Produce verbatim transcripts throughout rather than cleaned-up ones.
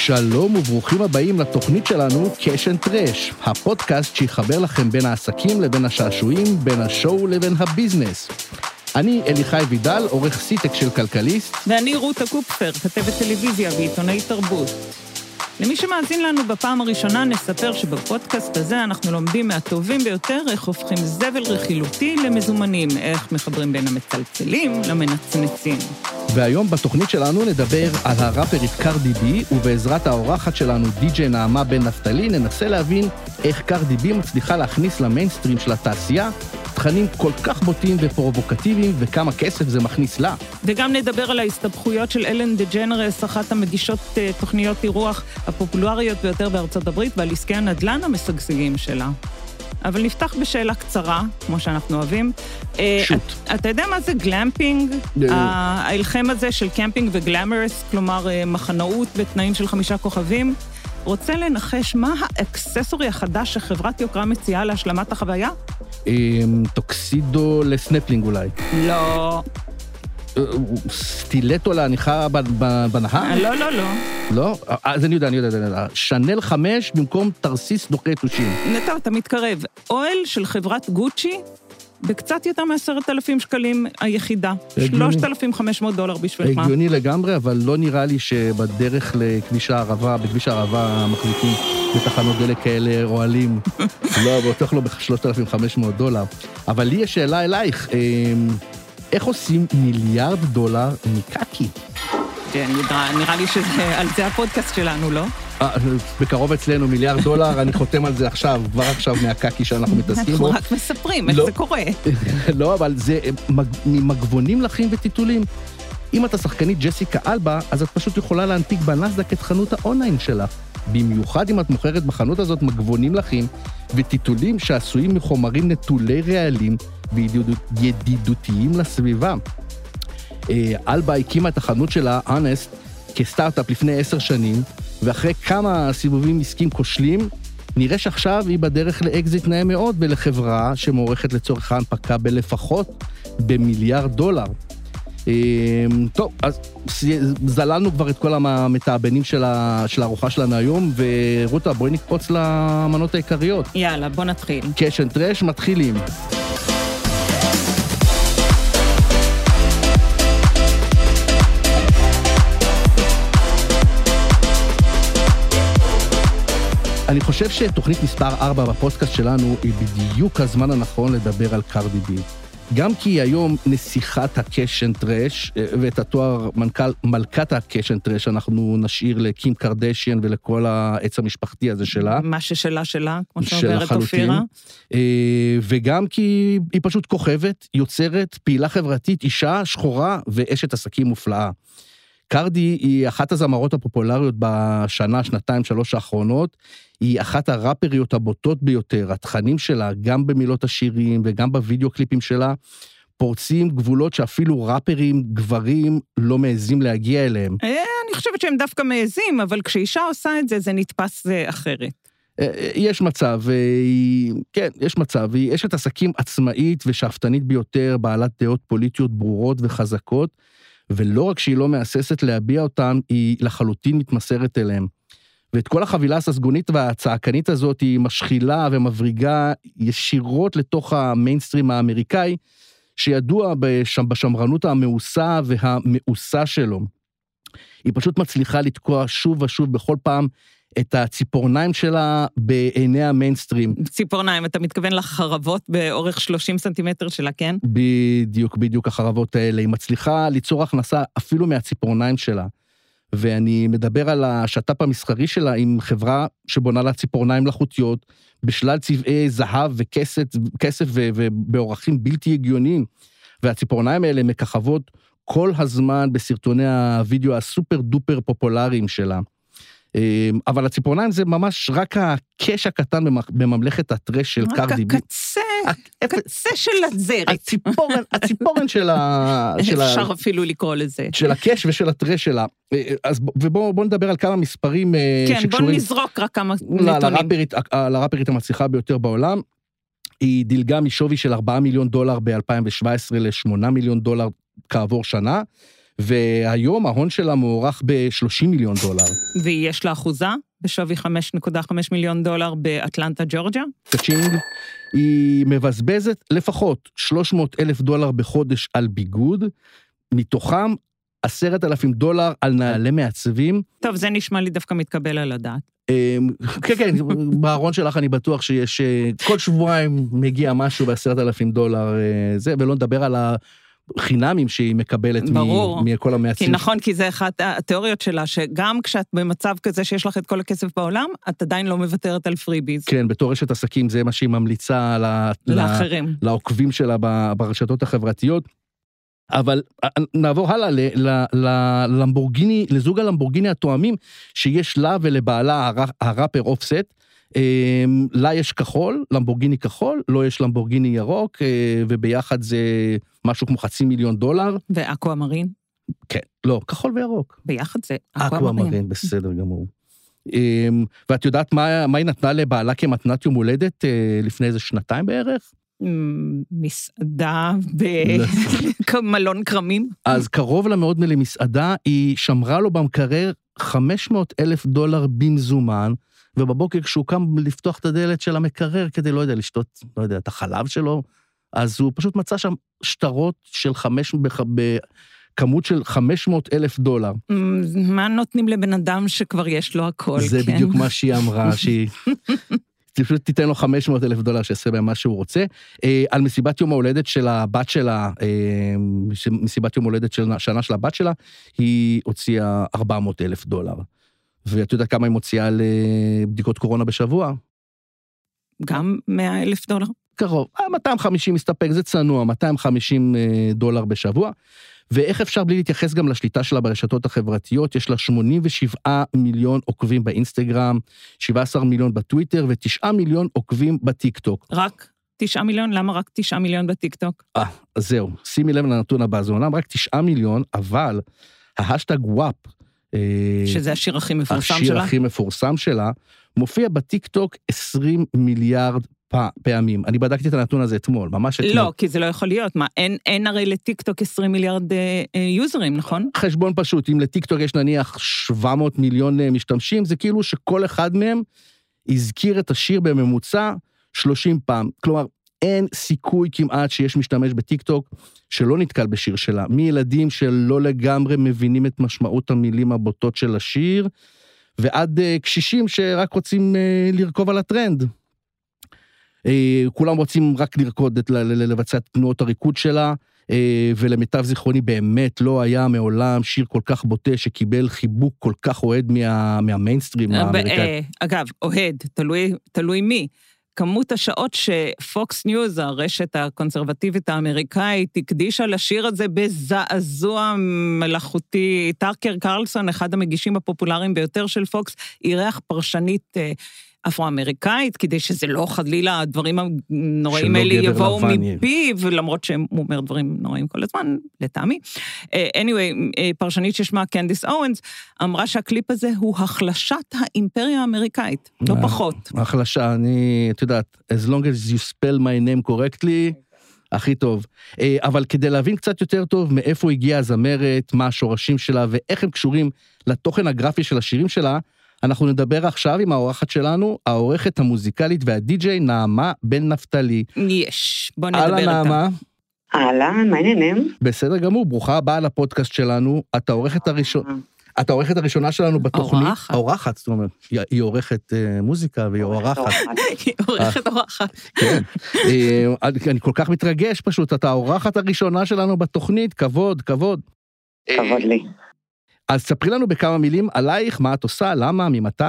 שלום וברוכים הבאים לתוכנית שלנו קאש אנד טרש, הפודקאסט שיחבר לכם בין העסקים לבין השעשועים, בין השואו לבין הביזנס. אני אליחי וידל, עורך סיטק של כלכליסט. ואני רותה קופפר, כתבת טלוויזיה ועיתונאי תרבות. למי שמאזין לנו בפעם הראשונה נספר שבפודקאסט הזה אנחנו לומדים מהטובים ביותר איך הופכים זבל רכילותי למזומנים, איך מחברים בין המצלצלים למנצנצים. והיום בתוכנית שלנו נדבר על הראפרית קארדי בי, ובעזרת האורחת שלנו די-ג'יי נעמה בן נפתלי ננסה להבין איך קארדי בי מצליחה להכניס למיינסטרים של התעשייה תכנים כל כך בוטים ופרובוקטיביים, וכמה כסף זה מכניס לה. וגם נדבר על ההסתבכויות של אלן דה ג'נרס, אחת המגישות תוכניות אירוח הפופולריות ביותר בארצות הברית, ועל עסקי הנדל"ן המשגשגים שלה. אבל נפתח בשאלה קצרה, כמו שאנחנו אוהבים. שוט. אתה יודע מה זה גלמפינג? ההלחם הזה של קמפינג וגלמרס, כלומר מחנאות בתנאים של חמישה כוכבים. רוצה לנחש מה האקססורי החדש שחברת יוקרה מציעה להשלמת החוויה? טוקסידו לסנפלינג אולי. לא. סטילטו להניחה בנהר? לא, לא, לא. לא? אז אני יודע, אני יודע, אני יודע. שנל חמש במקום תרסיס דוחה יתושים. נטו, אתה מתקרב. אוהל של חברת גוצ'י, בקצת יותר מעשרת אלפים שקלים היחידה. שלושת אלפים וחמש מאות דולר בשבילך. הגיוני לגמרי, אבל לא נראה לי שבדרך לכביש הערבה, בכביש הערבה מחזיקים בתחנות דלק כאלה רועלים. לא, בטח לא ב-שלושת אלפים וחמש מאות דולר. אבל לי יש שאלה אלייך, איך עושים מיליארד דולר מקקי? כן, נראה לי שעל זה הפודקאסט שלנו, לא? בקרוב אצלנו מיליארד דולר, אני חותם על זה עכשיו, כבר עכשיו מהקקי שאנחנו מתעסקים בו. אנחנו רק מספרים, איך זה קורה. לא, אבל זה ממגבונים לחים וטיטולים. אם אתה שחקנית ג'סיקה אלבה, אז את פשוט יכולה להנפיק בנסדק את חנות האונליין שלה. במיוחד אם את מוכרת בחנות הזאת מגבונים לחים וטיטולים שעשויים מחומרים נטולי רעלים וידידותיים לסביבה. אלבה הקימה את החנות שלה, אונסט, כסטארט-אפ לפני עשר שנים, ואחרי כמה סיבובים עסקים כושלים, נראה שעכשיו היא בדרך לאקזיט נאה מאוד ולחברה שמעורכת לצורך ההנפקה בלפחות במיליארד דולר. טוב, אז זללנו כבר את כל המתאבנים של הארוחה שלנו היום, ורותה, בואי נקפוץ למנות העיקריות. יאללה, בוא נתחיל. קאש אנד טרש, מתחילים. אני חושב שתוכנית מספר ארבע בפודקאסט שלנו היא בדיוק הזמן הנכון לדבר על קארדי בי. גם כי היא היום נסיכת הקאש אנד טרש, ואת התואר מנכ"ל, מלכת הקאש אנד טרש אנחנו נשאיר לקים קרדשיאן ולכל העץ המשפחתי הזה שלה. מה ששלה שלה, כמו שאומרת אופירה. וגם כי היא פשוט כוכבת, יוצרת, פעילה חברתית, אישה, שחורה ואשת עסקים מופלאה. קארדי היא אחת הזמרות הפופולריות בשנה, שנתיים, שלוש האחרונות, היא אחת הראפריות הבוטות ביותר, התכנים שלה, גם במילות השירים וגם בווידאו קליפים שלה, פורצים גבולות שאפילו ראפרים גברים לא מעזים להגיע אליהם. אני חושבת שהם דווקא מעזים, אבל כשאישה עושה את זה, זה נתפס אחרת. יש מצב, כן, יש מצב, היא אשת עסקים עצמאית ושאפתנית ביותר, בעלת דעות פוליטיות ברורות וחזקות, ולא רק שהיא לא מאססת להביע אותם, היא לחלוטין מתמסרת אליהם. ואת כל החבילה הססגונית והצעקנית הזאת היא משחילה ומבריגה ישירות לתוך המיינסטרים האמריקאי, שידוע בשמרנות המאוסה והמאוסה שלו. היא פשוט מצליחה לתקוע שוב ושוב בכל פעם את הציפורניים שלה בעיני המיינסטרים. ציפורניים, אתה מתכוון לחרבות באורך שלושים סנטימטר שלה, כן? בדיוק, בדיוק החרבות האלה. היא מצליחה ליצור הכנסה אפילו מהציפורניים שלה. ואני מדבר על השטאפ המסחרי שלה עם חברה שבונה לה ציפורניים מלאכותיות, בשלל צבעי זהב וכסף, כסף ובאורחים בלתי הגיוניים. והציפורניים האלה מככבות כל הזמן בסרטוני הוידאו הסופר דופר פופולריים שלה. אבל הציפורניים זה ממש רק הקש הקטן בממלכת הטרש של קארדי בי. רק הקצה, הקצה של הזרת. הציפורן, הציפורן של ה... אפשר אפילו לקרוא לזה. של הקש ושל הטרש שלה. אז ובואו נדבר על כמה מספרים שקשורים... כן, בואו נזרוק רק כמה נתונים. לראפרית המצליחה ביותר בעולם. היא דילגה משווי של ארבעה מיליון דולר ב-אלפיים שבע עשרה ל-שמונה מיליון דולר כעבור שנה, והיום ההון שלה מוערך ב-שלושים מיליון דולר. ויש לה אחוזה בשווי חמש נקודה חמש מיליון דולר באטלנטה, ג'ורג'יה? קצ'ינג, היא מבזבזת לפחות שלוש מאות אלף דולר בחודש על ביגוד, מתוכם עשרת אלפים דולר על נעלי מעצבים. טוב, זה נשמע לי דווקא מתקבל על הדעת. כן, כן, בארון שלך אני בטוח שיש, כל שבועיים מגיע משהו בעשרת אלפים דולר, זה, ולא נדבר על החינמים שהיא מקבלת מכל המעצבים. כי נכון, כי זה אחת התיאוריות שלה, שגם כשאת במצב כזה שיש לך את כל הכסף בעולם, את עדיין לא מוותרת על פריביז. כן, בתור רשת עסקים זה מה שהיא ממליצה לאחרים. לעוקבים שלה ברשתות החברתיות. אבל נעבור הלאה ללמבורגיני, לזוג הלמבורגיני התואמים שיש לה ולבעלה הראפר אופסט. לה יש כחול, למבורגיני כחול, לא יש למבורגיני ירוק, וביחד זה משהו כמו חצי מיליון דולר. ואקוואמרין? כן, לא, כחול וירוק. ביחד זה אקוואמרין. אקוואמרין, בסדר גמור. ואת יודעת מה, מה היא נתנה לבעלה כמתנת יום הולדת לפני איזה שנתיים בערך? מסעדה במלון קרמים. אז קרוב לה מאוד למסעדה, היא שמרה לו במקרר חמש מאות אלף דולר במזומן, ובבוקר כשהוא קם לפתוח את הדלת של המקרר, כדי לא יודע, לשתות, לא יודע, את החלב שלו, אז הוא פשוט מצא שם שטרות של חמש, בכמות של חמש מאות אלף דולר. מה נותנים לבן אדם שכבר יש לו הכל? זה כן. בדיוק מה שהיא אמרה, שהיא... פשוט תיתן לו חמש מאות אלף דולר שיעשה בהם מה שהוא רוצה. על מסיבת יום ההולדת של הבת שלה, מסיבת יום ההולדת של שנה של הבת שלה, היא הוציאה ארבע מאות אלף דולר. ואת יודעת כמה היא מוציאה לבדיקות קורונה בשבוע? גם מאה אלף דולר? קרוב, מאתיים וחמישים מסתפק, זה צנוע, מאתיים וחמישים דולר בשבוע. ואיך אפשר בלי להתייחס גם לשליטה שלה ברשתות החברתיות? יש לה שמונים ושבעה מיליון עוקבים באינסטגרם, שבעה עשר מיליון בטוויטר, ותשעה מיליון עוקבים בטיקטוק. רק תשעה מיליון? למה רק תשעה מיליון בטיקטוק? אה, זהו, שימי לב לנתון הבא, זה עולם רק תשעה מיליון, אבל ההשטג וואפ, שזה השיר הכי מפורסם השיר שלה? השיר הכי מפורסם שלה, מופיע בטיקטוק עשרים מיליארד פעמים. אני בדקתי את הנתון הזה אתמול, ממש אתמול. לא, כי זה לא יכול להיות. מה, אין, אין הרי לטיקטוק עשרים מיליארד אה, אה, יוזרים, נכון? חשבון פשוט, אם לטיקטוק יש נניח שבע מאות מיליון משתמשים, זה כאילו שכל אחד מהם הזכיר את השיר בממוצע שלושים פעם. כלומר, אין סיכוי כמעט שיש משתמש בטיקטוק שלא נתקל בשיר שלה. מילדים שלא לגמרי מבינים את משמעות המילים הבוטות של השיר, ועד uh, קשישים שרק רוצים uh, לרכוב על הטרנד. Uh, כולם רוצים רק לרקוד, את, לבצע את תנועות הריקוד שלה, uh, ולמיטב זיכרוני באמת לא היה מעולם שיר כל כך בוטה שקיבל חיבוק כל כך אוהד מה, מהמיינסטרים האמריקאי. אגב, אוהד, תלוי, תלוי מי. כמות השעות שפוקס ניוז, הרשת הקונסרבטיבית האמריקאית, הקדישה לשיר הזה בזעזוע מלאכותי. טאקר קרלסון, אחד המגישים הפופולריים ביותר של פוקס, אירח פרשנית אפרו-אמריקאית, כדי שזה לא חלילה, הדברים הנוראים האלה יבואו מפיו, למרות שהוא אומר דברים נוראים כל הזמן, לטעמי. anyway, פרשנית ששמה קנדיס אורנס, אמרה שהקליפ הזה הוא החלשת האימפריה האמריקאית, לא פחות. החלשה, אני, את יודעת, as long as you spell my name correctly, הכי טוב. אבל כדי להבין קצת יותר טוב מאיפה הגיעה הזמרת, מה השורשים שלה, ואיך הם קשורים לתוכן הגרפי של השירים שלה, אנחנו נדבר עכשיו עם האורחת שלנו, העורכת המוזיקלית והדי-ג'יי נעמה בן נפתלי. יש, בוא נדבר איתה. אהלן נעמה. אהלן, מה העניינים? בסדר גמור, ברוכה הבאה לפודקאסט שלנו, את העורכת הראשונה, את העורכת הראשונה שלנו בתוכנית. האורחת. האורחת, זאת אומרת, היא עורכת מוזיקה והיא אורחת. היא עורכת אורחת. כן, אני כל כך מתרגש פשוט, את האורחת הראשונה שלנו בתוכנית, כבוד, כבוד. כבוד לי. אז ספרי לנו בכמה מילים עלייך, מה את עושה, למה, ממתי?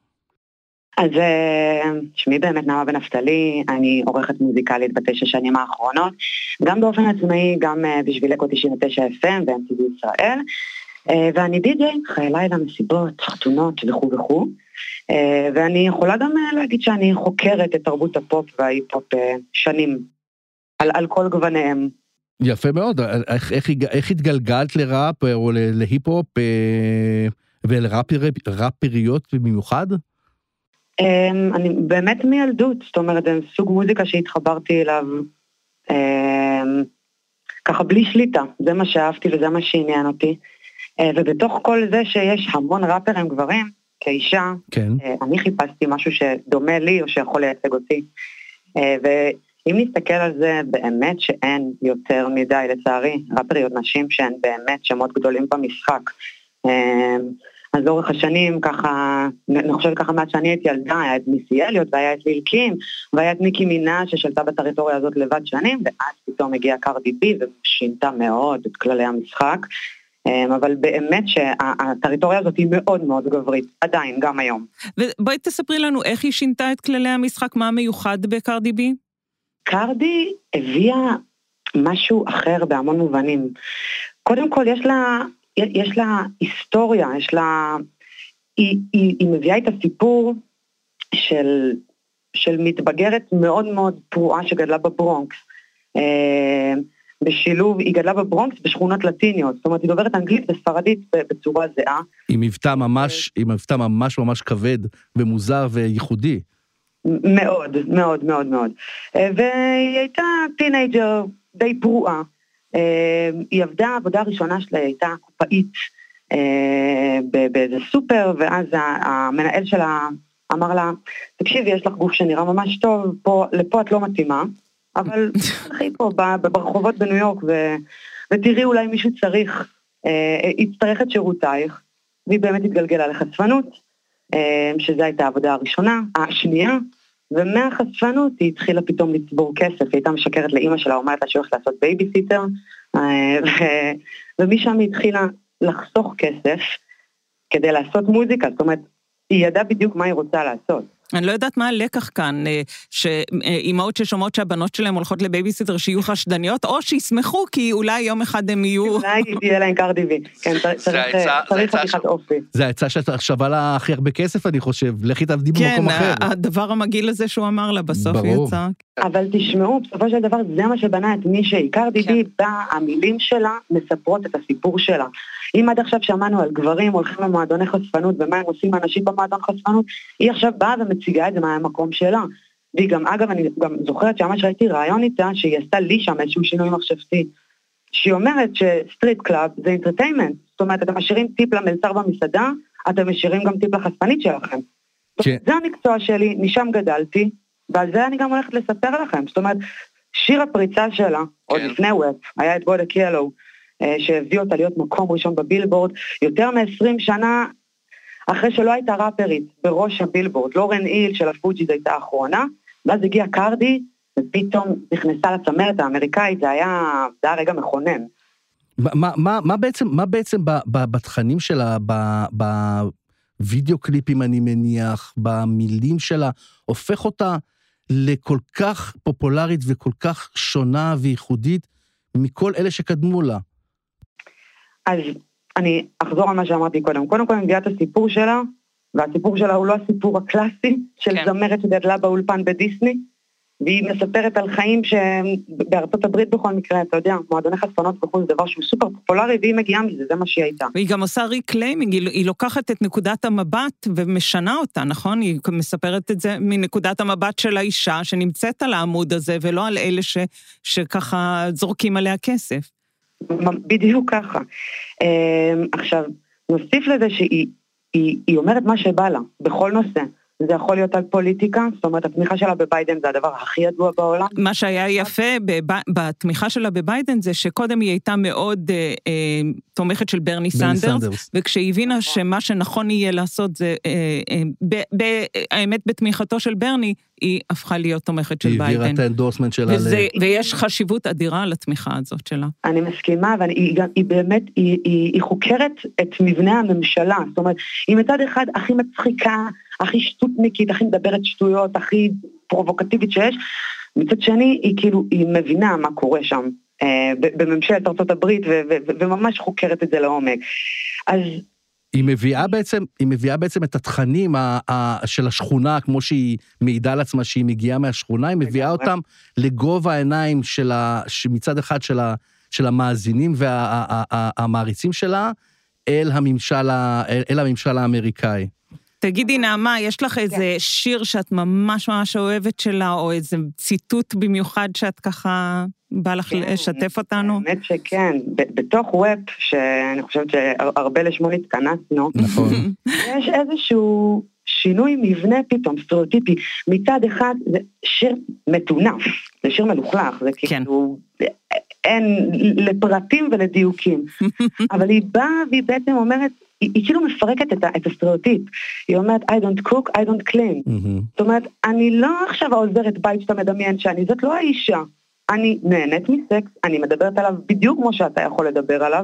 אז שמי באמת נעמה בן נפתלי, אני עורכת מוזיקלית בתשע שנים האחרונות, גם באופן עצמאי, גם בשביל אקו תשעים ותשע אף אם ב-אם טי וי ישראל, ואני די-ג'יי, חיי לילה, מסיבות, חתונות וכו' וכו', ואני יכולה גם להגיד שאני חוקרת את תרבות הפופ וההיפ-הופ שנים, על, על כל גווניהם. יפה מאוד, איך, איך, איך התגלגלת לראפ או להיפ-הופ ולראפריות במיוחד? אני באמת מילדות, זאת אומרת, זה סוג מוזיקה שהתחברתי אליו ככה בלי שליטה, זה מה שאהבתי וזה מה שעניין אותי. ובתוך כל זה שיש המון ראפרים גברים, כאישה, כן. אני חיפשתי משהו שדומה לי או שיכול לייצג אותי. ואם נסתכל על זה, באמת שאין יותר מדי, לצערי, ראפריות נשים שהן באמת שמות גדולים במשחק. אז לאורך השנים, ככה, אני חושבת ככה מה שאני הייתי ילדה, היה את מיסי אליוט, והיה את ליל קים, והיה את ניקי מינה ששלטה בטריטוריה הזאת לבד שנים, ואז פתאום הגיעה קרדי בי, ושינתה מאוד את כללי המשחק, אבל באמת שהטריטוריה הזאת היא מאוד מאוד גברית, עדיין, גם היום. ובואי תספרי לנו איך היא שינתה את כללי המשחק, מה מיוחד בקרדי בי? קרדי הביאה משהו אחר בהמון מובנים. קודם כל, יש לה... יש לה היסטוריה, יש לה, היא, היא, היא מביאה את הסיפור של, של מתבגרת מאוד מאוד פרועה שגדלה בברונקס, אה, בשילוב, היא גדלה בברונקס בשכונות לטיניות, זאת אומרת היא דוברת אנגלית וספרדית בצורה זהה. היא מבטא ממש, היא מבטא ממש ממש כבד ומוזר וייחודי. מאוד, מאוד, מאוד, מאוד. והיא הייתה טינאג'ר די פרועה. היא עבדה, העבודה הראשונה שלה הייתה קופאית באיזה סופר, ואז המנהל שלה אמר לה, תקשיבי, יש לך גוף שנראה ממש טוב, לפה את לא מתאימה, אבל תלכי פה ברחובות בניו יורק, ותראי אולי מישהו צריך, יצטרך את שירותייך, והיא באמת התגלגלה לחשפנות, שזו הייתה העבודה הראשונה, השנייה, ומהחשפנות היא התחילה פתאום לצבור כסף, היא הייתה משקרת לאמא שלה, אומרת לה שהיא הולכת לעשות בייביסיטר, ומשם היא התחילה לחסוך כסף כדי לעשות מוזיקה, זאת אומרת, היא ידעה בדיוק מה היא רוצה לעשות. אני לא יודעת מה הלקח כאן, שאימהות ששומעות שהבנות שלהם הולכות לבייביסיטר שיהיו חשדניות, או שישמחו, כי אולי יום אחד הם יהיו... אולי תהיה להם קרדי בי. כן, צריך חתיכת אופי. זה העצה שאתה שווה לה הכי הרבה כסף, אני חושב. לכי תעבדי במקום אחר. כן, הדבר המגעיל הזה שהוא אמר לה, בסוף יצא. אבל תשמעו, בסופו של דבר זה מה שבנה את מישהי. קרדי בי, המילים שלה מספרות את הסיפור שלה. אם עד עכשיו שמענו על גברים הולכים למועדוני חשפנות, ומה הם עושים אנשים במועדון חשפנות, היא עכשיו באה ומציגה את זה מהמקום שלה. והיא גם, אגב, אני גם זוכרת שממש ראיתי רעיון איתה, שהיא עשתה לי שם איזשהו שינוי מחשבתי, שהיא אומרת שסטריט קלאב זה אינטרטיימנט, זאת אומרת, אתם משאירים טיפ למלצר במסעדה, אתם משאירים גם טיפ לחשפנית שלכם. כן. זה המקצוע שלי, משם גדלתי, ועל זה אני גם הולכת לספר לכם. זאת אומרת, שיר הפריצה שלה, כן. עוד לפני ווב, היה את בודק ילו, שהביא אותה להיות מקום ראשון בבילבורד, יותר מ-עשרים שנה אחרי שלא הייתה ראפרית בראש הבילבורד, לורן איל של הפוג'יז הייתה האחרונה, ואז הגיעה קרדי, ופתאום נכנסה לצמרת האמריקאית, זה היה, זה היה רגע מכונן. מה, מה, מה בעצם, מה בעצם בתכנים שלה, בווידאו קליפים אני מניח, במילים שלה, הופך אותה לכל כך פופולרית וכל כך שונה וייחודית מכל אלה שקדמו לה? אז אני אחזור על מה שאמרתי קודם. קודם כל אני מביאה את הסיפור שלה, והסיפור שלה הוא לא הסיפור הקלאסי של כן. זמרת שגדלה באולפן בדיסני, והיא מספרת על חיים שבארצות הברית בכל מקרה, אתה יודע, מועדוני חשפנות וכו', זה דבר שהוא סופר פופולרי, והיא מגיעה מזה, זה מה שהיא הייתה. והיא גם עושה ריקליימינג, היא, היא לוקחת את נקודת המבט ומשנה אותה, נכון? היא מספרת את זה מנקודת המבט של האישה שנמצאת על העמוד הזה, ולא על אלה ש, שככה זורקים עליה כסף. בדיוק ככה. עכשיו, נוסיף לזה שהיא היא, היא אומרת מה שבא לה, בכל נושא. זה יכול להיות על פוליטיקה, זאת אומרת, התמיכה שלה בביידן זה הדבר הכי ידוע בעולם. מה שהיה יפה בתמיכה שלה בביידן זה שקודם היא הייתה מאוד אה, אה, תומכת של ברני סנדרס, סנדרס, וכשהיא הבינה שמה שנכון יהיה לעשות זה, אה, אה, ב, ב, האמת בתמיכתו של ברני, היא הפכה להיות תומכת של היא ביידן. היא העבירה את האנדורסמנט שלה. וזה, ל... ויש חשיבות אדירה לתמיכה הזאת שלה. אני מסכימה, והיא גם, היא באמת, היא, היא, היא חוקרת את מבנה הממשלה, זאת אומרת, היא מצד אחד הכי מצחיקה, הכי שטותניקית, הכי מדברת שטויות, הכי פרובוקטיבית שיש, מצד שני היא כאילו, היא מבינה מה קורה שם, אה, בממשלת ארצות הברית, ו- ו- ו- וממש חוקרת את זה לעומק. אז... היא מביאה בעצם, היא מביאה בעצם את התכנים ה- ה- של השכונה, כמו שהיא מעידה על עצמה שהיא מגיעה מהשכונה, היא מביאה אותם לגובה העיניים של ה- מצד אחד של, ה- של המאזינים והמעריצים שלה, אל הממשל, אל, אל הממשל האמריקאי. תגידי נעמה, יש לך איזה שיר שאת ממש ממש אוהבת שלה, או איזה ציטוט במיוחד שאת ככה בא לך לשתף אותנו? באמת שכן, בתוך ווב, שאני חושבת שהרבה לשמון התכנסנו, נכון. יש איזשהו שינוי מבנה פתאום, סטריאוטיפי. מצד אחד זה שיר מטונף, זה שיר מלוכלך, זה כאילו, אין לפרטים ולדיוקים, אבל היא באה והיא בעצם אומרת, היא, היא כאילו מפרקת את, את הסטריאוטיפ. היא אומרת, I don't cook, I don't clean. Mm-hmm. זאת אומרת, אני לא עכשיו העוזרת בית שאתה מדמיין שאני, זאת לא האישה. אני נהנית מסקס, אני מדברת עליו בדיוק כמו שאתה יכול לדבר עליו,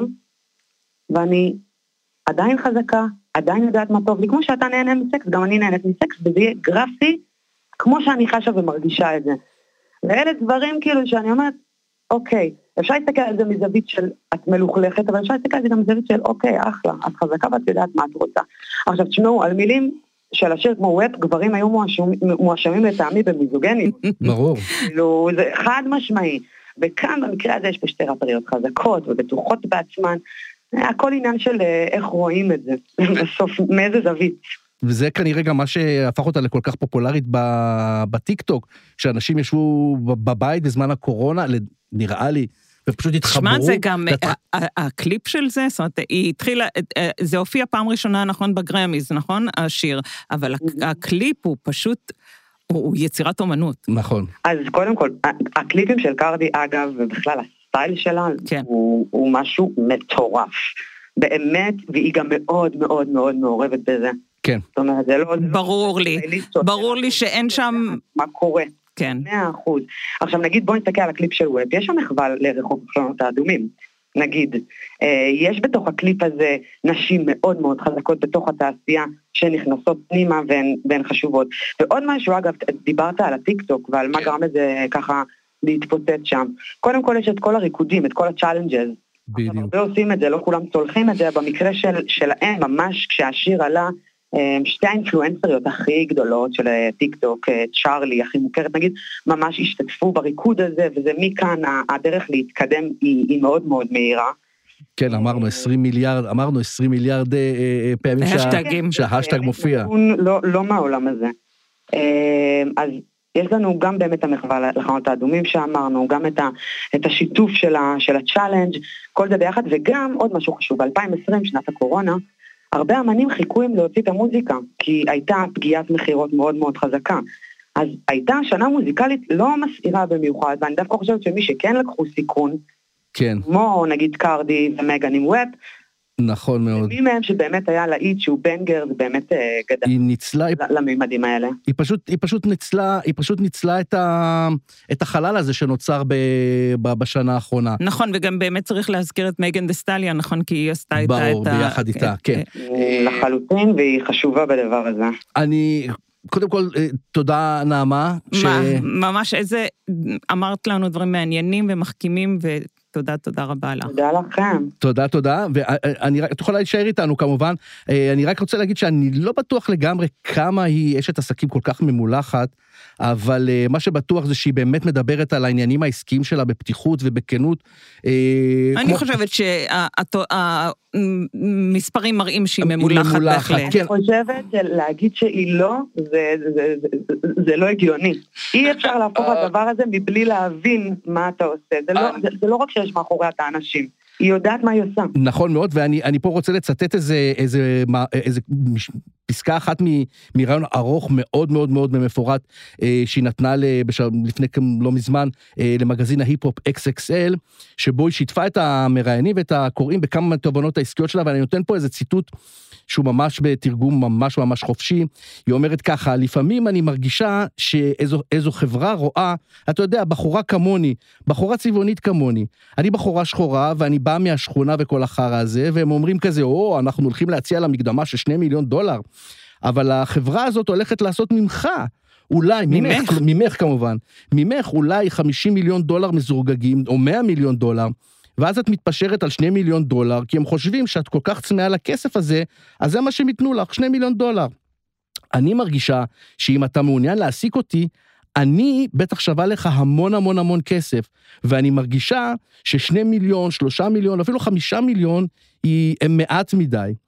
ואני עדיין חזקה, עדיין יודעת מה טוב לי, כמו שאתה נהנה מסקס, גם אני נהנית מסקס, וזה יהיה גרפי, כמו שאני חשה ומרגישה את זה. ואלה דברים כאילו שאני אומרת, אוקיי, אפשר להסתכל על זה מזווית של את מלוכלכת, אבל אפשר להסתכל על זה גם מזווית של אוקיי, אחלה, את חזקה ואת יודעת מה את רוצה. עכשיו תשמעו, על מילים של השיר כמו ווב, גברים היו מואשמים לטעמי במיזוגניות. ברור. כאילו, זה חד משמעי. וכאן במקרה הזה יש פה שתי רפריות חזקות ובטוחות בעצמן, הכל עניין של איך רואים את זה, בסוף מאיזה זווית. וזה כנראה גם מה שהפך אותה לכל כך פופולרית בטיקטוק, שאנשים ישבו בבית בזמן הקורונה, נראה לי, ופשוט התחברו. שמע, זה גם, הקליפ של זה, זאת אומרת, היא התחילה, זה הופיע פעם ראשונה, נכון, בגרמיז, נכון, השיר, אבל הקליפ הוא פשוט, הוא יצירת אומנות. נכון. אז קודם כל, הקליפים של קרדי, אגב, ובכלל הסטייל שלה, הוא משהו מטורף. באמת, והיא גם מאוד מאוד מאוד מעורבת בזה. כן. זאת אומרת, זה לא... ברור לי, ברור לי שאין שם... מה קורה? כן. מאה אחוז. עכשיו נגיד, בוא נסתכל על הקליפ של ווב, יש שם מחווה לרחוב החלונות האדומים. נגיד, יש בתוך הקליפ הזה נשים מאוד מאוד חזקות בתוך התעשייה שנכנסות פנימה והן, והן חשובות. ועוד משהו, אגב, דיברת על הטיקטוק ועל מה גרם לזה ככה להתפוצץ שם. קודם כל יש את כל הריקודים, את כל הצ'אלנג'ז. בדיוק. הרבה עושים את זה, לא כולם צולחים את זה, במקרה של, שלהם ממש כשהשיר עלה, שתי האינפלואנסריות הכי גדולות של טיק טוק, צ'ארלי, הכי מוכרת נגיד, ממש השתתפו בריקוד הזה, וזה מכאן הדרך להתקדם היא, היא מאוד מאוד מהירה. כן, אמרנו עשרים מיליארד, אמרנו עשרים מיליארד פעמים שההשטג מופיע. לא, לא מהעולם הזה. אז יש לנו גם באמת המחווה לחלונות האדומים שאמרנו, גם את, ה, את השיתוף של, ה, של הצ'אלנג', כל זה ביחד, וגם עוד משהו חשוב, ב-אלפיים ועשרים, שנת הקורונה, הרבה אמנים חיכו עם להוציא את המוזיקה, כי הייתה פגיעת מחירות מאוד מאוד חזקה. אז הייתה שנה מוזיקלית לא מסעירה במיוחד, ואני דווקא חושבת שמי שכן לקחו סיכון, כן. כמו נגיד קרדי ומגן עם ווב, נכון מאוד. מי מהם שבאמת היה להיט שהוא בנגר, זה באמת גדל. היא ניצלה, לממדים האלה. היא פשוט, היא פשוט ניצלה, היא פשוט ניצלה את ה, את החלל הזה שנוצר ב, ב, בשנה האחרונה. נכון, וגם באמת צריך להזכיר את מייגן דה סטליה, נכון, כי היא עשתה את ה... ברור, ביחד איתה, כן. לחלוטין, והיא חשובה בדבר הזה. אני... קודם כל, תודה נעמה. מה, ממש איזה, אמרת לנו דברים מעניינים ומחכימים, ותודה, תודה רבה לך. תודה לכם. תודה, תודה, ואני, את יכולה להישאר איתנו כמובן, אני רק רוצה להגיד שאני לא בטוח לגמרי כמה היא אשת עסקים כל כך ממולחת, אבל מה שבטוח זה שהיא באמת מדברת על העניינים העסקיים שלה בפתיחות ובכנות. אני חושבת שהמספרים מראים שהיא ממולחת בהחלט. אני חושבת שלהגיד שהיא לא, זה לא הגיוני. אי אפשר להפוך הדבר הזה מבלי להבין מה אתה עושה. זה לא רק שיש מאחורי את האנשים. היא יודעת מה היא עושה. נכון מאוד, ואני פה רוצה לצטט איזה, איזה, איזה פסקה אחת מרעיון ארוך מאוד מאוד מאוד מפורט, שהיא נתנה לפני לא מזמן, למגזין ההיפ-הופ אקס אקס אל, שבו היא שיתפה את המראיינים ואת הקוראים בכמה מהתובנות העסקיות שלה, ואני נותן פה איזה ציטוט, שהוא ממש בתרגום ממש ממש חופשי. היא אומרת ככה, לפעמים אני מרגישה שאיזו איזו חברה רואה, אתה יודע, בחורה כמוני, בחורה צבעונית כמוני, אני בחורה שחורה ואני בא מהשכונה וכל החרה הזה, והם אומרים כזה, או, אנחנו הולכים להציע לה מקדמה של שני מיליון דולר, אבל החברה הזאת הולכת לעשות ממך, אולי, ממך, ממך, ממך כמובן, ממך אולי חמישים מיליון דולר מזורגגים, או מאה מיליון דולר, ואז את מתפשרת על שני מיליון דולר, כי הם חושבים שאת כל כך צמאה לכסף הזה, אז זה מה שהם יתנו לך, שני מיליון דולר. אני מרגישה שאם אתה מעוניין להעסיק אותי, אני בטח שווה לך המון המון המון כסף, ואני מרגישה ששני מיליון, שלושה מיליון, אפילו חמישה מיליון, הם מעט מדי.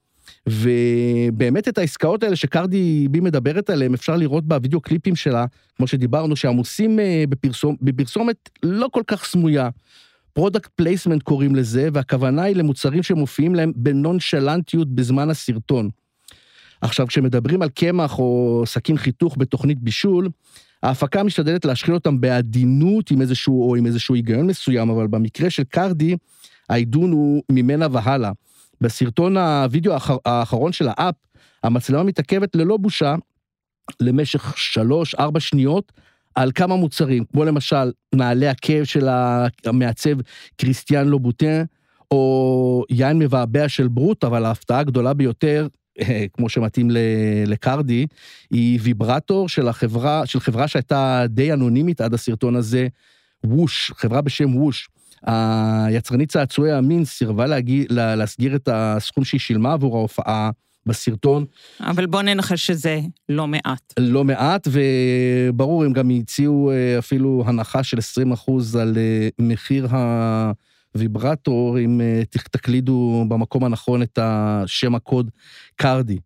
ובאמת את העסקאות האלה שקרדי בי מדברת עליהם, אפשר לראות בווידאו קליפים שלה, כמו שדיברנו, שעמוסים בפרסום, בפרסומת לא כל כך סמויה. פרודקט פלייסמנט קוראים לזה, והכוונה היא למוצרים שמופיעים להם בנונשלנטיות בזמן הסרטון. עכשיו, כשמדברים על קמח או סכין חיתוך בתוכנית בישול, ההפקה משתדלת להשחיל אותם בעדינות עם איזשהו, או עם איזשהו היגיון מסוים, אבל במקרה של קרדי, העידון הוא ממנה והלאה. בסרטון הווידאו האחרון של האפ, המצלמה מתעכבת ללא בושה, למשך שלוש, ארבע שניות, על כמה מוצרים, כמו למשל, נעלי עקב של המעצב קריסטיאן לובוטן, או יין מבעבע של ברוט, אבל ההפתעה הגדולה ביותר, כמו שמתאים לקרדי, היא ויברטור של החברה, של חברה שהייתה די אנונימית עד הסרטון הזה, ווש, חברה בשם ווש. היצרנית צעצועי המין סירבה להסגיר את הסכום שהיא שילמה עבור ההופעה בסרטון. אבל בוא ננחש שזה לא מעט. לא מעט, וברור, הם גם הציעו אפילו הנחה של עשרים אחוז על מחיר הוויברטור, אם תקלידו במקום הנכון את השם הקוד קרדי.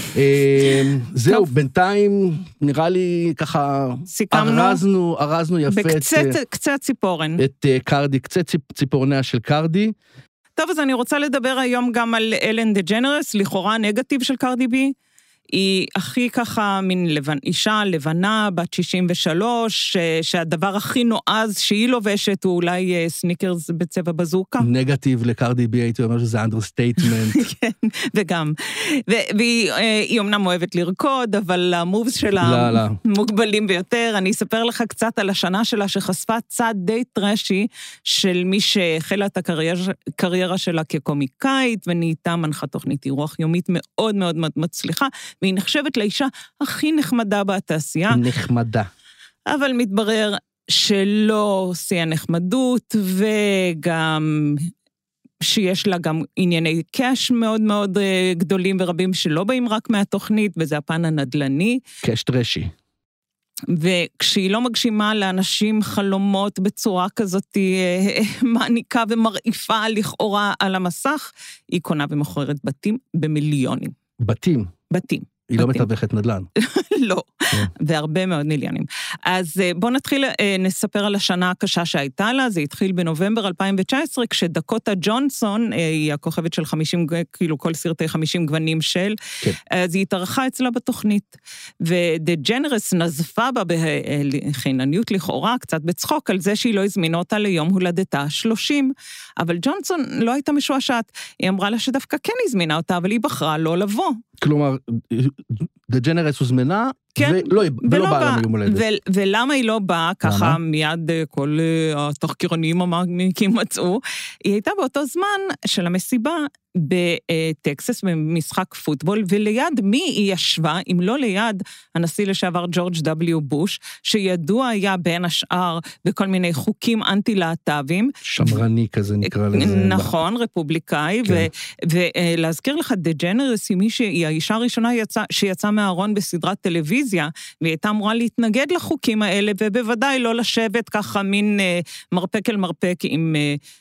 זהו, בינתיים נראה לי ככה, ארזנו, ארזנו יפה קצת ציפורן. את קרדי, קצת ציפורניה של קרדי. טוב, אז אני רוצה לדבר היום גם על אלן דג'נרס, לכאורה נגטיב של קרדי בי. היא הכי ככה מין לבנ... אישה לבנה, בת שישים ושלוש, שהדבר הכי נועז שהיא לובשת הוא אולי סניקרס בצבע בזוקה. נגטיב לקרדי בי, הייתי אומר שזה אנדרסטייטמנט. כן, וגם. והיא אומנם אוהבת לרקוד, אבל המובס שלה לא, לא. מוגבלים ביותר. אני אספר לך קצת על השנה שלה שחשפה צד די טרשי של מי שהחלה את הקריירה שלה כקומיקאית, ונהייתה מנחת תוכנית אירוח יומית מאוד מאוד מאוד מצליחה, והיא נחשבת לאישה הכי נחמדה בתעשייה. נחמדה. אבל מתברר שלא עושה נחמדות, וגם שיש לה גם ענייני קאש מאוד מאוד גדולים ורבים, שלא באים רק מהתוכנית, וזה הפן הנדלני. קאש טרשי. וכשהיא לא מגשימה לאנשים חלומות בצורה כזאת מעניקה ומרעיפה לכאורה על המסך, היא קונה ומוכרת בתים במיליונים. בתים? בתים. היא לא מתווכת נדל"ן. לא, והרבה מאוד מיליונים. אז בואו נתחיל, נספר על השנה הקשה שהייתה לה, זה התחיל בנובמבר אלפיים תשע עשרה, כשדקוטה ג'ונסון, היא הכוכבת של חמישים, כאילו כל סרטי חמישים גוונים של, אז היא התארחה אצלה בתוכנית, ודג'נרס נזפה בה בחינניות לכאורה, קצת בצחוק, על זה שהיא לא הזמינה אותה ליום הולדתה שלושים, אבל ג'ונסון לא הייתה משועשעת, היא אמרה לה שדווקא כן הזמינה אותה, אבל היא בחרה לא לבוא. כלומר, דג'נרס הוזמנה, כן, ולא, ולא באה בא, ליום הולדת. ו, ולמה היא לא באה, ככה מיד כל התחקירנים המעמיקים מצאו, היא הייתה באותו זמן של המסיבה בטקסס, במשחק פוטבול, וליד מי היא ישבה, אם לא ליד הנשיא לשעבר ג'ורג' דאבליו בוש, שידוע היה בין השאר בכל מיני חוקים אנטי-להט"בים. שמרני כזה נקרא לזה. נכון, רפובליקאי, כן. ולהזכיר לך, דג'נרס היא מי שהיא האישה הראשונה יצא, שיצאה מהארון בסדרת טלוויזיה, והיא הייתה אמורה להתנגד לחוקים האלה, ובוודאי לא לשבת ככה מין מרפק אל מרפק עם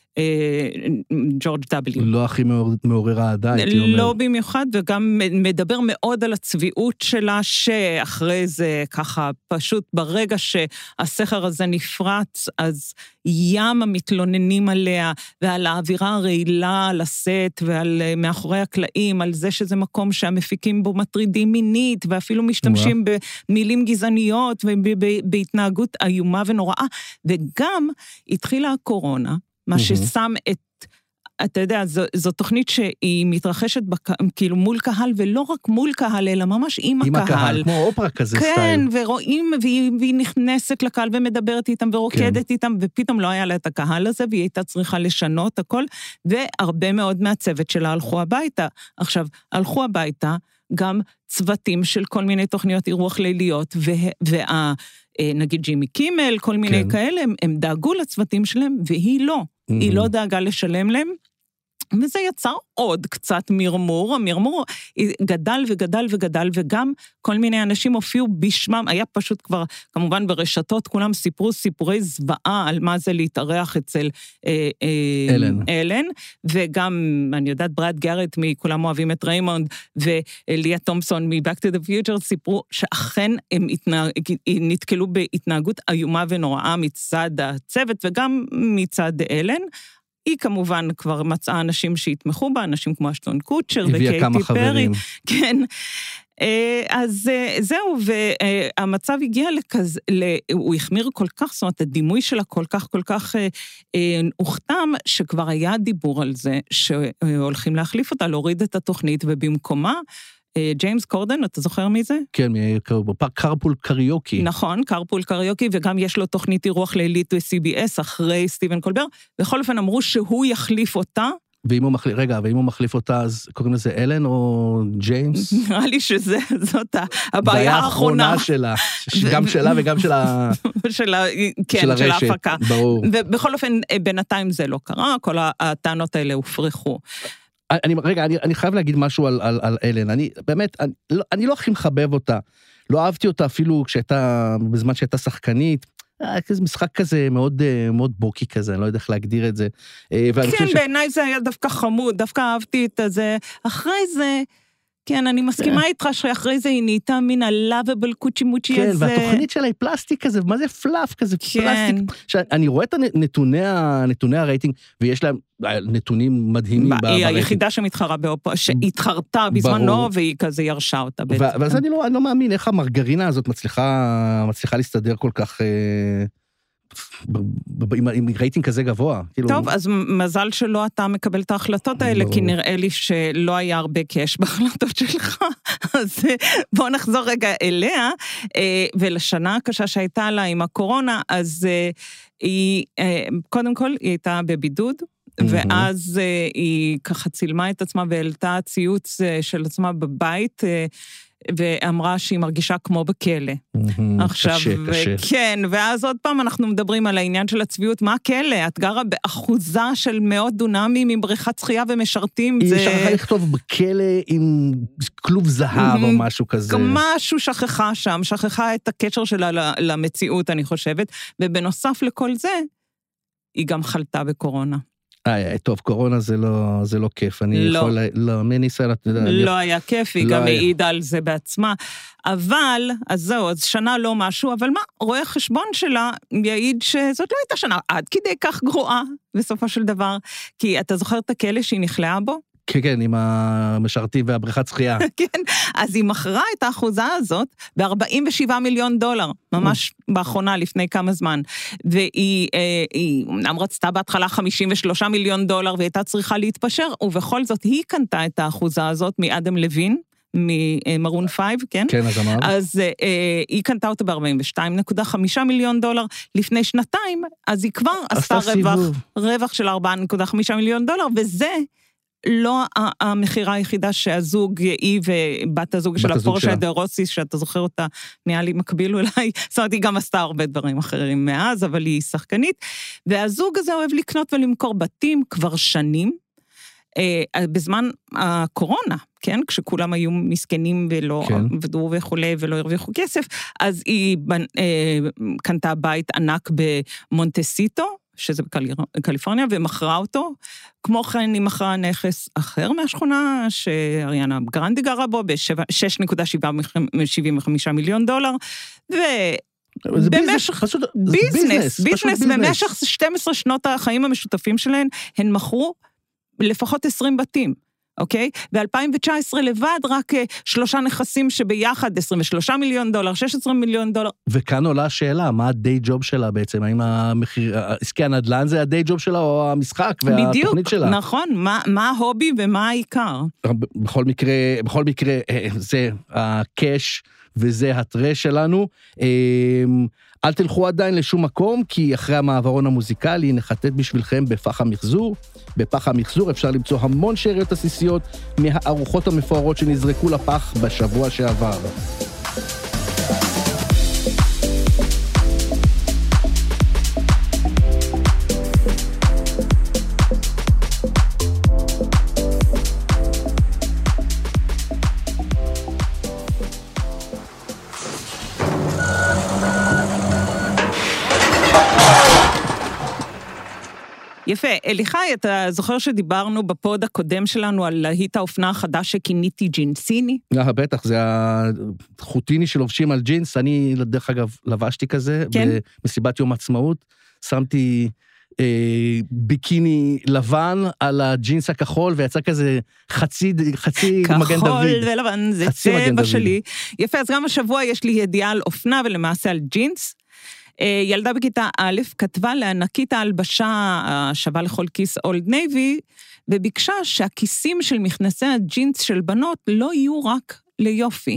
ג'ורג' דאבליו. לא הכי מעורר אהדה, הייתי אומר. לא במיוחד, וגם מדבר מאוד על הצביעות שלה, שאחרי זה ככה, פשוט ברגע שהסכר הזה נפרץ, אז ים המתלוננים עליה, ועל האווירה הרעילה על הסט, ועל מאחורי הקלעים, על זה שזה מקום שהמפיקים בו מטרידים מינית, ואפילו משתמשים במילים גזעניות, ובהתנהגות איומה ונוראה, וגם התחילה הקורונה, מה ששם את, אתה יודע, זו, זו תוכנית שהיא מתרחשת בק, כאילו מול קהל, ולא רק מול קהל, אלא ממש עם, עם הקהל. הקהל, כמו אופרה כזה כן, סטייל. כן, ורואים, והיא, והיא נכנסת לקהל ומדברת איתם ורוקדת כן. איתם, ופתאום לא היה לה את הקהל הזה, והיא הייתה צריכה לשנות הכל, והרבה מאוד מהצוות שלה הלכו הביתה. עכשיו, הלכו הביתה גם צוותים של כל מיני תוכניות אירוח ליליות, וה... נגיד ג'ימי קימל, כל מיני כן. כאלה, הם, הם דאגו לצוותים שלהם, והיא לא. Mm-hmm. היא לא דאגה לשלם להם, וזה יצר עוד קצת מרמור, המרמור גדל וגדל וגדל, וגם כל מיני אנשים הופיעו בשמם, היה פשוט כבר, כמובן ברשתות, כולם סיפרו סיפורי זוועה על מה זה להתארח אצל אה, אה, אלן. אלן, וגם, אני יודעת, ברד גארט, מכולם אוהבים את ריימונד, וליה תומפסון מ-Back to the Future, סיפרו שאכן הם התנה, נתקלו בהתנהגות איומה ונוראה מצד הצוות, וגם מצד אלן, היא כמובן כבר מצאה אנשים שהתמכו בה, אנשים כמו אשטון קוצ'ר וקייטי פרי. כן. אז זהו, והמצב הגיע לכזה, הוא החמיר כל כך, זאת אומרת, הדימוי שלה כל כך, כל כך הוכתם, שכבר היה דיבור על זה, שהולכים להחליף אותה, להוריד את התוכנית, ובמקומה, ג'יימס קורדן, אתה זוכר מי זה? כן, קרפול קריוקי. נכון, קרפול קריוקי, וגם יש לו תוכנית אירוח לילית ב-סי בי אס, אחרי סטיבן קולבר, בכל אופן אמרו שהוא יחליף אותה. ואם הוא מחליף, רגע, ואם הוא מחליף אותה, אז קוראים לזה אלן או ג'יימס? נראה לי שזה, זאת הבעיה האחרונה שלה, גם שלה וגם של ה... כן, של ההפקה. ברור. ובכל אופן, בינתיים זה לא קרה, כל הטענות האלה הופרכו. אני, רגע, אני, אני חייב להגיד משהו על, על, על אלן. אני, באמת, אני, לא, אני לא הכי מחבב אותה. לא אהבתי אותה אפילו כשהייתה, בזמן שהייתה שחקנית. היה כזה משחק כזה מאוד, מאוד בוקי כזה, אני לא יודע איך להגדיר את זה. כן, בעיניי זה היה דווקא חמוד, דווקא אהבתי את זה. אחרי זה, כן, אני מסכימה איתך שאחרי זה היא נהייתה מן הלאבל קוצ'י מוצ'י הזה. כן, והתוכנית שלה היא פלסטיק כזה, מה זה פלאף כזה, פלסטיק. אני רואה את נתוני הרייטינג, ויש להם נתונים מדהימים. היא היחידה שמתחרה באופו, שהתחרתה בזמנו, והיא כזה ירשה אותה בעצם. ואז אני לא מאמין איך המרגרינה הזאת מצליחה להסתדר כל כך... עם רייטינג כזה גבוה. טוב, אז מזל שלא אתה מקבל את ההחלטות האלה, כי נראה לי שלא היה הרבה קש בהחלטות שלך. אז בואו נחזור רגע אליה, ולשנה הקשה שהייתה לה עם הקורונה, אז היא, קודם כל, היא הייתה בבידוד, ואז היא ככה צילמה את עצמה, והעלתה ציוץ של עצמה בבית, ואמרה שהיא מרגישה כמו בכלא. עכשיו, קשה, קשה. כן, ואז עוד פעם אנחנו מדברים על העניין של הצביעות, מה כלא? את גרה באחוזה של מאות דונמים עם בריכת שחייה ומשרתים. היא שכחה לכתוב בכלא עם כלוב זהב או משהו כזה. משהו שכחה שם, שכחה את הקשר שלה למציאות, אני חושבת, ובנוסף לכל זה, היא גם חלתה בקורונה. איי, טוב, קורונה זה לא, זה לא כיף, אני לא. יכול, לא, מניסיון, אתה יודע. לא היה כיף, היא לא גם היה. העידה על זה בעצמה, אבל, אז זהו, אז שנה לא משהו, אבל מה, רואה חשבון שלה יעיד שזאת לא הייתה שנה עד כדי כך גרועה, בסופו של דבר, כי אתה זוכר את הכלא שהיא נכלאה בו? כן, כן, עם המשרתים והבריכת שחייה. כן, אז היא מכרה את האחוזה הזאת ב-ארבעים ושבעה מיליון דולר, ממש באחרונה, לפני כמה זמן. והיא, היא אמנם רצתה בהתחלה חמישים ושלושה מיליון דולר, והיא הייתה צריכה להתפשר, ובכל זאת היא קנתה את האחוזה הזאת מאדם לוין, ממרון פייב, כן? כן, אז אמר. אז אה, היא קנתה אותה ב-ארבעים ושתיים נקודה חמש מיליון דולר לפני שנתיים, אז היא כבר עשתה רווח, רווח של ארבע נקודה חמש מיליון דולר, וזה לא המחירה היחידה שהזוג, היא ובת הזוג של הפורשה דה רוסיס, שאתה זוכר אותה, נהיה לי מקביל אולי, זאת אומרת, היא גם עשתה הרבה דברים אחרים מאז, אבל היא שחקנית, והזוג הזה אוהב לקנות ולמכור בתים כבר שנים, בזמן הקורונה, כן? כשכולם היו מסכנים ולא עבדו וכולי ולא הרוויחו כסף, אז היא קנתה בית ענק במונטסיטו, שזה בקליפורניה, ומכרה אותו. כמו כן, היא מכרה נכס אחר מהשכונה, שאריאנה גרנדי גרה בו, ב-שש נקודה שבעים וחמישה מיליון דולר, ו... במשך, ביזנס, ביזנס, במשך שתים עשרה שנות החיים המשותפים שלהן, הן מכרו לפחות עשרים בתים. אוקיי? ב-אלפיים תשע עשרה לבד רק שלושה נכסים שביחד, עשרים ושלושה מיליון דולר, שש עשרה מיליון דולר. וכאן עולה השאלה, מה הדיי ג'וב שלה בעצם? האם המחיר, עסקי הנדל"ן זה הדיי ג'וב שלה או המשחק והתוכנית בדיוק, שלה? בדיוק, נכון. מה, מה ההובי ומה העיקר? בכל מקרה, בכל מקרה, זה הקש וזה הטרש שלנו. אל תלכו עדיין לשום מקום, כי אחרי המעברון המוזיקלי נחטט בשבילכם בפח המחזור. בפח המחזור אפשר למצוא המון שאריות עסיסיות מהארוחות המפוארות שנזרקו לפח בשבוע שעבר. יפה, אליחי, אתה זוכר שדיברנו בפוד הקודם שלנו על להיט האופנה החדש שכיניתי ג'ינסיני? אה, בטח, זה החוטיני שלובשים על ג'ינס, אני דרך אגב לבשתי כזה, כן? במסיבת יום עצמאות, שמתי אה, ביקיני לבן על הג'ינס הכחול, ויצא כזה חצי, חצי מגן דוד. כחול ולבן, זה צבע שלי. יפה, אז גם השבוע יש לי ידיעה על אופנה ולמעשה על ג'ינס. ילדה בכיתה א' כתבה לענקית ההלבשה השווה לכל כיס אולד נייבי, וביקשה שהכיסים של מכנסי הג'ינס של בנות לא יהיו רק ליופי.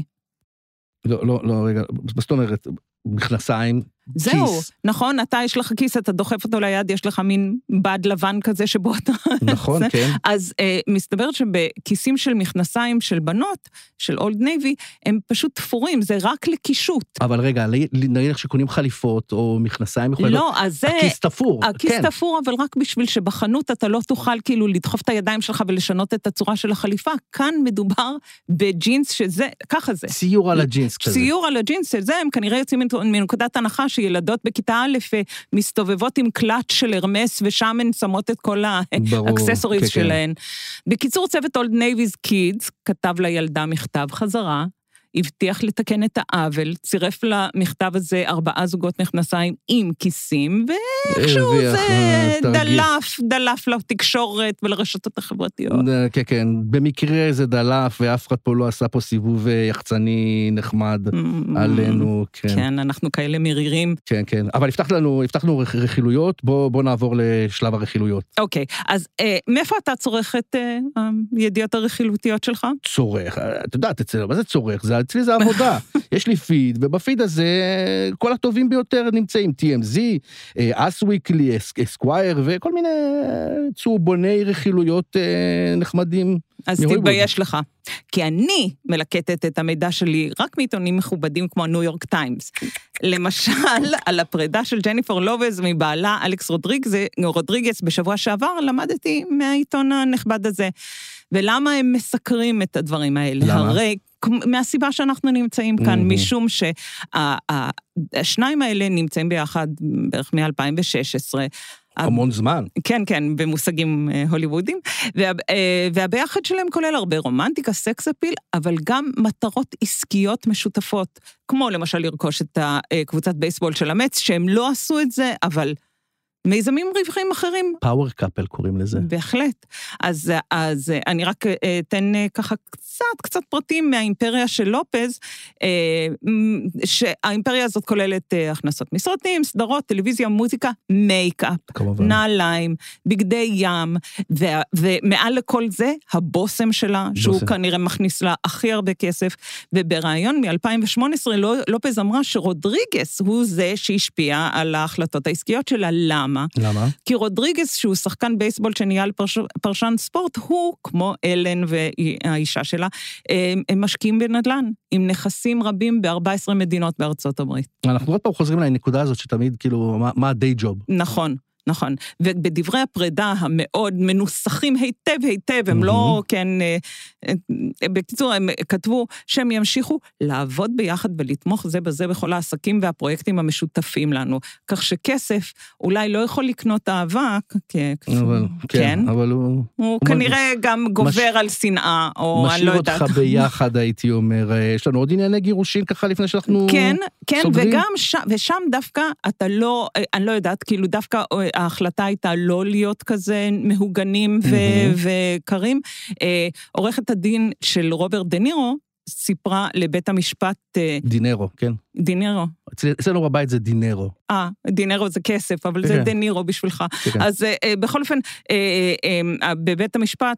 לא, לא, לא, רגע, זאת אומרת, מכנסיים, זהו, כיס. נכון, אתה יש לך כיס, אתה דוחף אותו ליד, יש לך מין בד לבן כזה שבו אתה... נכון, כן. אז אה, מסתבר שבכיסים של מכנסיים של בנות, של אולד נייבי, הם פשוט תפורים, זה רק לקישוט. אבל רגע, נראה שקונים חליפות או מכנסיים יכולים... לא, אז זה... הכיס תפור, הכיס כן. תפור, אבל רק בשביל שבחנות אתה לא תוכל כאילו לדחוף את הידיים שלך ולשנות את הצורה של החליפה. כאן מדובר בג'ינס שזה, ככה זה. ציור על הג'ינס כזה. ציור על הג'ינס שזה, הם כנראה יוצאים מנקודת הנחה שילדות בכיתה א' מסתובבות עם קלאץ' של הרמס, ושם הן שמות את כל האקססוריז כן, שלהן. כן. בקיצור, צוות אולד נייביז קידס כתב לילדה מכתב חזרה, הבטיח לתקן את העוול, צירף למכתב הזה ארבעה זוגות מכנסיים עם כיסים, ואיכשהו זה דלף, דלף לתקשורת ולרשתות החברתיות. כן, כן, במקרה זה דלף, ואף אחד פה לא עשה פה סיבוב יחצני נחמד עלינו. כן, אנחנו כאלה מרירים. כן, כן, אבל הבטחנו רכילויות, בוא נעבור לשלב הרכילויות. אוקיי, אז מאיפה אתה צורך את הידיעות הרכילותיות שלך? צורך, אתה יודעת, מה זה צורך? זה אצלי זה עבודה, יש לי פיד, ובפיד הזה כל הטובים ביותר נמצאים, טי אם זי, Us Weekly, Esquire, וכל מיני צהובוני רכילויות נחמדים. אז תתבייש לך, כי אני מלקטת את המידע שלי רק מעיתונים מכובדים כמו הניו יורק טיימס. למשל, על הפרידה של ג'ניפר לופז מבעלה אלכס רודריגס בשבוע שעבר, למדתי מהעיתון הנכבד הזה. ולמה הם מסקרים את הדברים האלה? למה? הרי מהסיבה שאנחנו נמצאים כאן, mm-hmm. משום שהשניים האלה נמצאים ביחד בערך מ-אלפיים ושש עשרה. המון זמן. כן, כן, במושגים הוליוודים, וה, והביחד שלהם כולל הרבה רומנטיקה, סקס אפיל, אבל גם מטרות עסקיות משותפות, כמו למשל לרכוש את הקבוצת בייסבול של המץ, שהם לא עשו את זה, אבל מיזמים רווחים אחרים. פאוור קאפל קוראים לזה. בהחלט. אז, אז אני רק אתן ככה קצת, קצת פרטים מהאימפריה של לופז, שהאימפריה הזאת כוללת הכנסות מסרטים, סדרות, טלוויזיה, מוזיקה, מייקאפ, נעליים, בגדי ים, ו, ומעל לכל זה, הבוסם שלה, שהוא בוסם. כנראה מכניס לה הכי הרבה כסף, וברעיון מ-אלפיים שמונה עשרה לופז אמרה שרודריגס הוא זה שהשפיע על ההחלטות העסקיות שלה. למה? למה? כי רודריגס, שהוא שחקן בייסבול שניהל פרש... פרשן ספורט, הוא, כמו אלן והאישה שלה, הם משקיעים בנדל"ן, עם נכסים רבים ב-ארבע עשרה מדינות בארצות הברית. אנחנו עוד פעם חוזרים לנקודה הזאת שתמיד, כאילו, מה, מה הדיי ג'וב? נכון. נכון, ובדברי הפרידה המאוד מנוסחים היטב היטב, הם לא, כן, בקיצור, הם כתבו שהם ימשיכו לעבוד ביחד ולתמוך זה בזה בכל העסקים והפרויקטים המשותפים לנו, כך שכסף אולי לא יכול לקנות אהבה, כן, אבל הוא... הוא כנראה גם גובר על שנאה, או אני לא יודעת. משאיר אותך ביחד, הייתי אומר, יש לנו עוד ענייני גירושין ככה לפני שאנחנו סוגרים? כן, כן, וגם ושם דווקא אתה לא, אני לא יודעת, כאילו דווקא ההחלטה הייתה לא להיות כזה מהוגנים וקרים. עורכת הדין של רוברט דנירו סיפרה לבית המשפט... דינרו, כן. דינרו. אצלנו בבית זה דינרו. אה, דינרו זה כסף, אבל זה דנירו בשבילך. אז בכל אופן, בבית המשפט...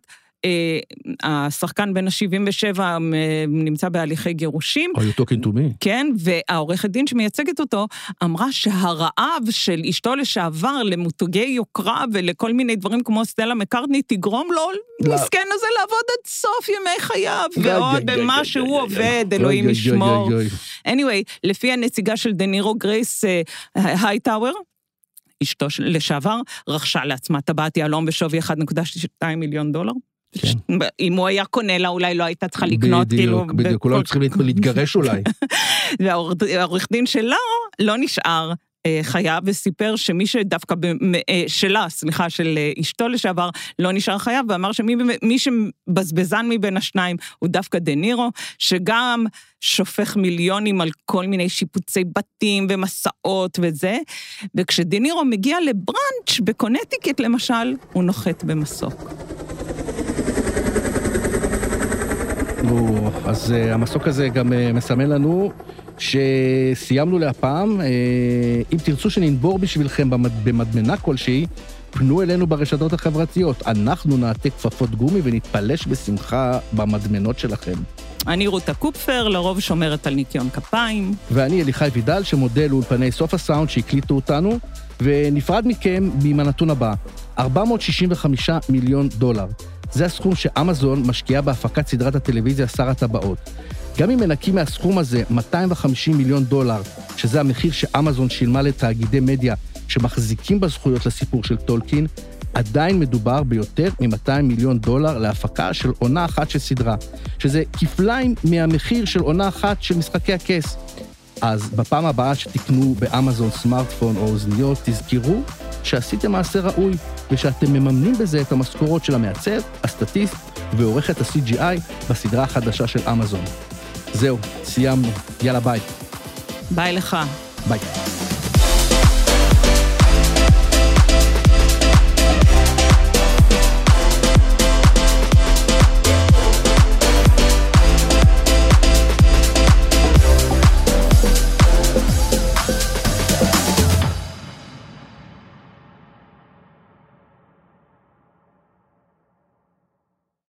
השחקן בן ה-שבעים ושבע נמצא בהליכי גירושים. Are you talking to me? כן, והעורכת דין שמייצגת אותו אמרה שהרעב של אשתו לשעבר למותגי יוקרה ולכל מיני דברים כמו סטלה מקרטני תגרום לו מסכן הזה לעבוד עד סוף ימי חייו, ועוד במה שהוא עובד, אלוהים ישמור. anyway, לפי הנציגה של דנירו גרייס הייטאוור, אשתו לשעבר רכשה לעצמה טבעת יהלום בשווי אחד נקודה שתיים מיליון דולר. אם הוא היה קונה לה, אולי לא הייתה צריכה לקנות. בדיוק, בדיוק, אולי צריכים להתגרש אולי. והעורך דין שלו לא נשאר, חייב, וסיפר שמי שדווקא שלה, סליחה, של אשתו לשעבר, לא נשאר חייב, ואמר שמי שבזבזן מבין השניים הוא דווקא דה נירו, שגם שופך מיליונים על כל מיני שיפוצי בתים ומסעות וזה, וכשדה נירו מגיע לברנץ' בקונטיקט למשל, הוא נוחת במסוק. אז המסוק הזה גם מסמן לנו שסיימנו להפעם. אם תרצו שננבור בשבילכם במדמנה כלשהי, פנו אלינו ברשתות החברתיות. אנחנו נעתק כפפות גומי ונתפלש בשמחה במדמנות שלכם. אני רותה קופפר, לרוב שומרת על ניקיון כפיים. ואני אליחי וידל, שמודל לאולפני סוף הסאונד שהקליטו אותנו, ונפרד מכם עם הנתון הבא, ארבע מאות שישים וחמישה מיליון דולר. זה הסכום שאמזון משקיעה בהפקת סדרת הטלוויזיה שר הטבעות. גם אם מנקים מהסכום הזה מאתיים וחמישים מיליון דולר, שזה המחיר שאמזון שילמה לתאגידי מדיה שמחזיקים בזכויות לסיפור של טולקין, עדיין מדובר ביותר מ-מאתיים מיליון דולר להפקה של עונה אחת של סדרה, שזה כפליים מהמחיר של עונה אחת של משחקי הכס. אז בפעם הבאה שתקנו באמזון סמארטפון או אוזניות, תזכרו שעשיתם מעשה ראוי, ושאתם מממנים בזה את המשכורות של המעצב, הסטטיסט ועורכת ה-סי ג'י איי בסדרה החדשה של אמזון. זהו, סיימנו. יאללה, ביי. ביי לך. ביי.